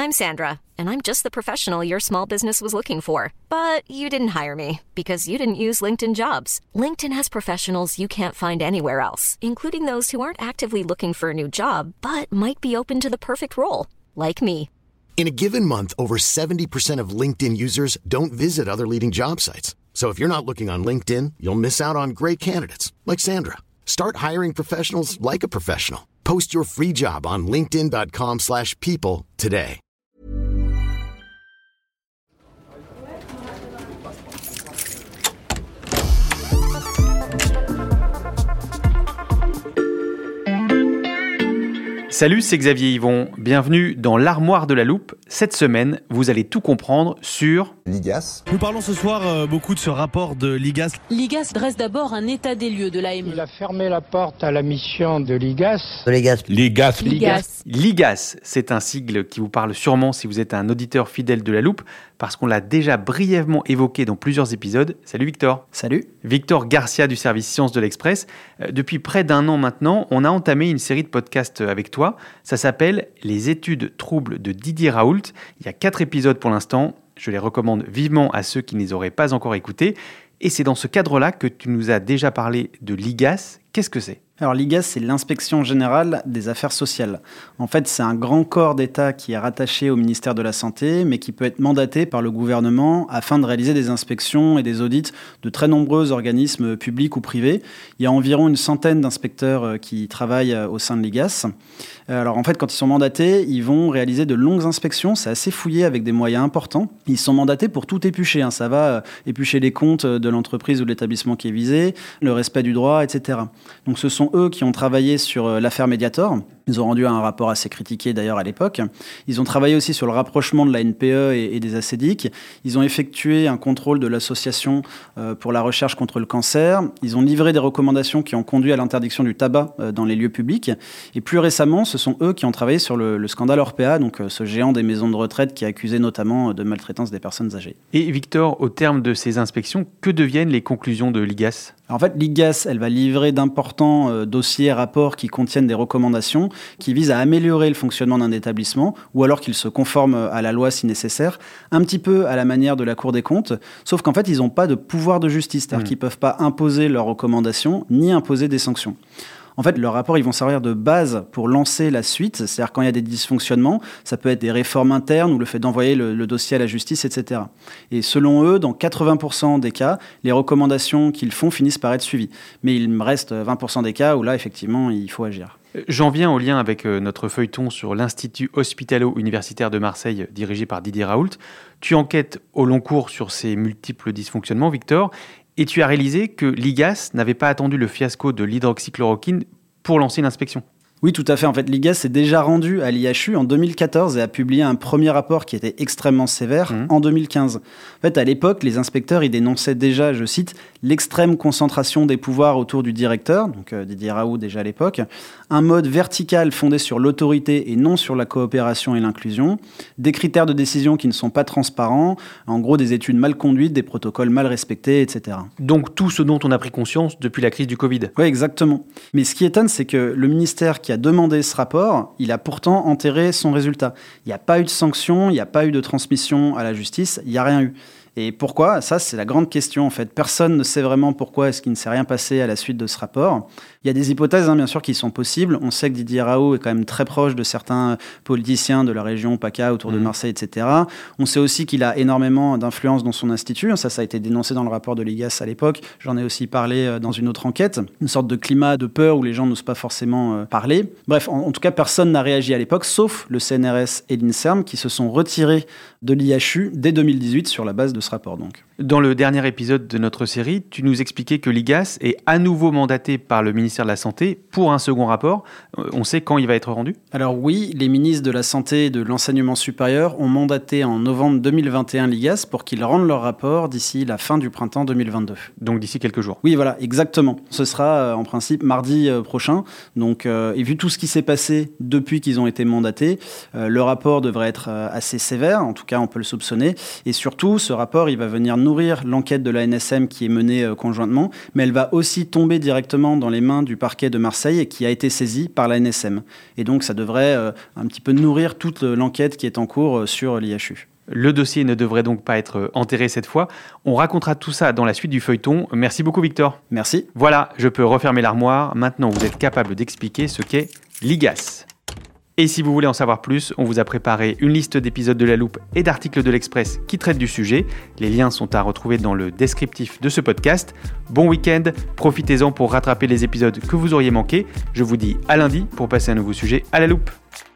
I'm Sandra, and I'm just the professional your small business was looking for. But you didn't hire me because you didn't use LinkedIn Jobs. LinkedIn has professionals you can't find anywhere else, including those who aren't actively looking for a new job, but might be open to the perfect role, like me. In a given month, over 70% of LinkedIn users don't visit other leading job sites. So if you're not looking on LinkedIn, you'll miss out on great candidates like Sandra. Start hiring professionals like a professional. Post your free job on linkedin.com/people today. Salut, c'est Xavier Yvon. Bienvenue dans l'Armoire de la Loupe. Cette semaine, vous allez tout comprendre sur l'IGAS. Nous parlons ce soir beaucoup de ce rapport de l'IGAS. L'IGAS dresse d'abord un état des lieux de l'AME. Il a fermé la porte à la mission de l'IGAS. L'IGAS, c'est un sigle qui vous parle sûrement si vous êtes un auditeur fidèle de la Loupe, parce qu'on l'a déjà brièvement évoqué dans plusieurs épisodes. Salut Victor. Salut. Victor Garcia du service Sciences de l'Express. Depuis près d'un an maintenant, on a entamé une série de podcasts avec toi. Ça s'appelle « Les études troubles de Didier Raoult ». Il y a 4 épisodes pour l'instant. Je les recommande vivement à ceux qui ne les auraient pas encore écoutés. Et c'est dans ce cadre-là que tu nous as déjà parlé de l'IGAS. Qu'est-ce que c'est ? Alors l'IGAS, c'est l'Inspection Générale des Affaires Sociales. En fait, c'est un grand corps d'État qui est rattaché au ministère de la Santé, mais qui peut être mandaté par le gouvernement afin de réaliser des inspections et des audits de très nombreux organismes publics ou privés. Il y a environ une centaine d'inspecteurs qui travaillent au sein de l'IGAS. Alors en fait, quand ils sont mandatés, ils vont réaliser de longues inspections. C'est assez fouillé avec des moyens importants. Ils sont mandatés pour tout éplucher. Ça va éplucher les comptes de l'entreprise ou de l'établissement qui est visé, le respect du droit, etc. Donc ce sont eux qui ont travaillé sur l'affaire Mediator. Ils ont rendu un rapport assez critiqué d'ailleurs à l'époque. Ils ont travaillé aussi sur le rapprochement de la NPE et des ACDIC. Ils ont effectué un contrôle de l'association pour la recherche contre le cancer. Ils ont livré des recommandations qui ont conduit à l'interdiction du tabac dans les lieux publics. Et plus récemment, ce sont eux qui ont travaillé sur le scandale Orpea, donc ce géant des maisons de retraite qui est accusé notamment de maltraitance des personnes âgées. Et Victor, au terme de ces inspections, que deviennent les conclusions de l'IGAS ? En fait, l'IGAS, elle va livrer d'importants dossiers, rapports qui contiennent des recommandations qui visent à améliorer le fonctionnement d'un établissement ou alors qu'ils se conforment à la loi si nécessaire, un petit peu à la manière de la Cour des comptes, sauf qu'en fait, ils n'ont pas de pouvoir de justice, c'est-à-dire qu'ils ne peuvent pas imposer leurs recommandations ni imposer des sanctions. En fait, leurs rapports, ils vont servir de base pour lancer la suite. C'est-à-dire quand il y a des dysfonctionnements, ça peut être des réformes internes ou le fait d'envoyer le dossier à la justice, etc. Et selon eux, dans 80% des cas, les recommandations qu'ils font finissent par être suivies. Mais il me reste 20% des cas où là, effectivement, il faut agir. J'en viens au lien avec notre feuilleton sur l'Institut hospitalo-universitaire de Marseille, dirigé par Didier Raoult. Tu enquêtes au long cours sur ces multiples dysfonctionnements, Victor, et tu as réalisé que l'IGAS n'avait pas attendu le fiasco de l'hydroxychloroquine pour lancer l'inspection. Oui, tout à fait. En fait, l'IGAS s'est déjà rendu à l'IHU en 2014 et a publié un premier rapport qui était extrêmement sévère en 2015. En fait, à l'époque, les inspecteurs, ils dénonçaient déjà, je cite, l'extrême concentration des pouvoirs autour du directeur, donc Didier Raoult déjà à l'époque, un mode vertical fondé sur l'autorité et non sur la coopération et l'inclusion, des critères de décision qui ne sont pas transparents, en gros des études mal conduites, des protocoles mal respectés, etc. Donc tout ce dont on a pris conscience depuis la crise du Covid. Oui, exactement. Mais ce qui étonne, c'est que le ministère qui a demandé ce rapport, il a pourtant enterré son résultat. Il n'y a pas eu de sanction, il n'y a pas eu de transmission à la justice, il n'y a rien eu. Et pourquoi ? Ça, c'est la grande question, en fait. Personne ne sait vraiment pourquoi est-ce qu'il ne s'est rien passé à la suite de ce rapport. Il y a des hypothèses, bien sûr, qui sont possibles. On sait que Didier Raoult est quand même très proche de certains politiciens de la région PACA, autour de Marseille, etc. On sait aussi qu'il a énormément d'influence dans son institut. Ça a été dénoncé dans le rapport de l'IGAS à l'époque. J'en ai aussi parlé dans une autre enquête. Une sorte de climat de peur où les gens n'osent pas forcément parler. Bref, en tout cas, personne n'a réagi à l'époque, sauf le CNRS et l'INSERM, qui se sont retirés de l'IHU dès 2018 sur la base de ce rapport, donc. Dans le dernier épisode de notre série, tu nous expliquais que l'IGAS est à nouveau mandaté par le ministère de la Santé pour un second rapport. On sait quand il va être rendu ? Alors oui, les ministres de la Santé et de l'Enseignement supérieur ont mandaté en novembre 2021 l'IGAS pour qu'ils rendent leur rapport d'ici la fin du printemps 2022. Donc d'ici quelques jours. Oui, voilà, exactement. Ce sera en principe mardi prochain. Donc, et vu tout ce qui s'est passé depuis qu'ils ont été mandatés, le rapport devrait être assez sévère, en tout cas on peut le soupçonner. Et surtout, ce rapport, il va venir nourrir l'enquête de l'ANSM qui est menée conjointement, mais elle va aussi tomber directement dans les mains du parquet de Marseille et qui a été saisi par l'ANSM. Et donc ça devrait un petit peu nourrir toute l'enquête qui est en cours sur l'IHU. Le dossier ne devrait donc pas être enterré cette fois. On racontera tout ça dans la suite du feuilleton. Merci beaucoup Victor. Merci. Voilà, je peux refermer l'armoire. Maintenant, vous êtes capable d'expliquer ce qu'est l'IGAS. Et si vous voulez en savoir plus, on vous a préparé une liste d'épisodes de La Loupe et d'articles de l'Express qui traitent du sujet. Les liens sont à retrouver dans le descriptif de ce podcast. Bon week-end, profitez-en pour rattraper les épisodes que vous auriez manqués. Je vous dis à lundi pour passer un nouveau sujet à La Loupe.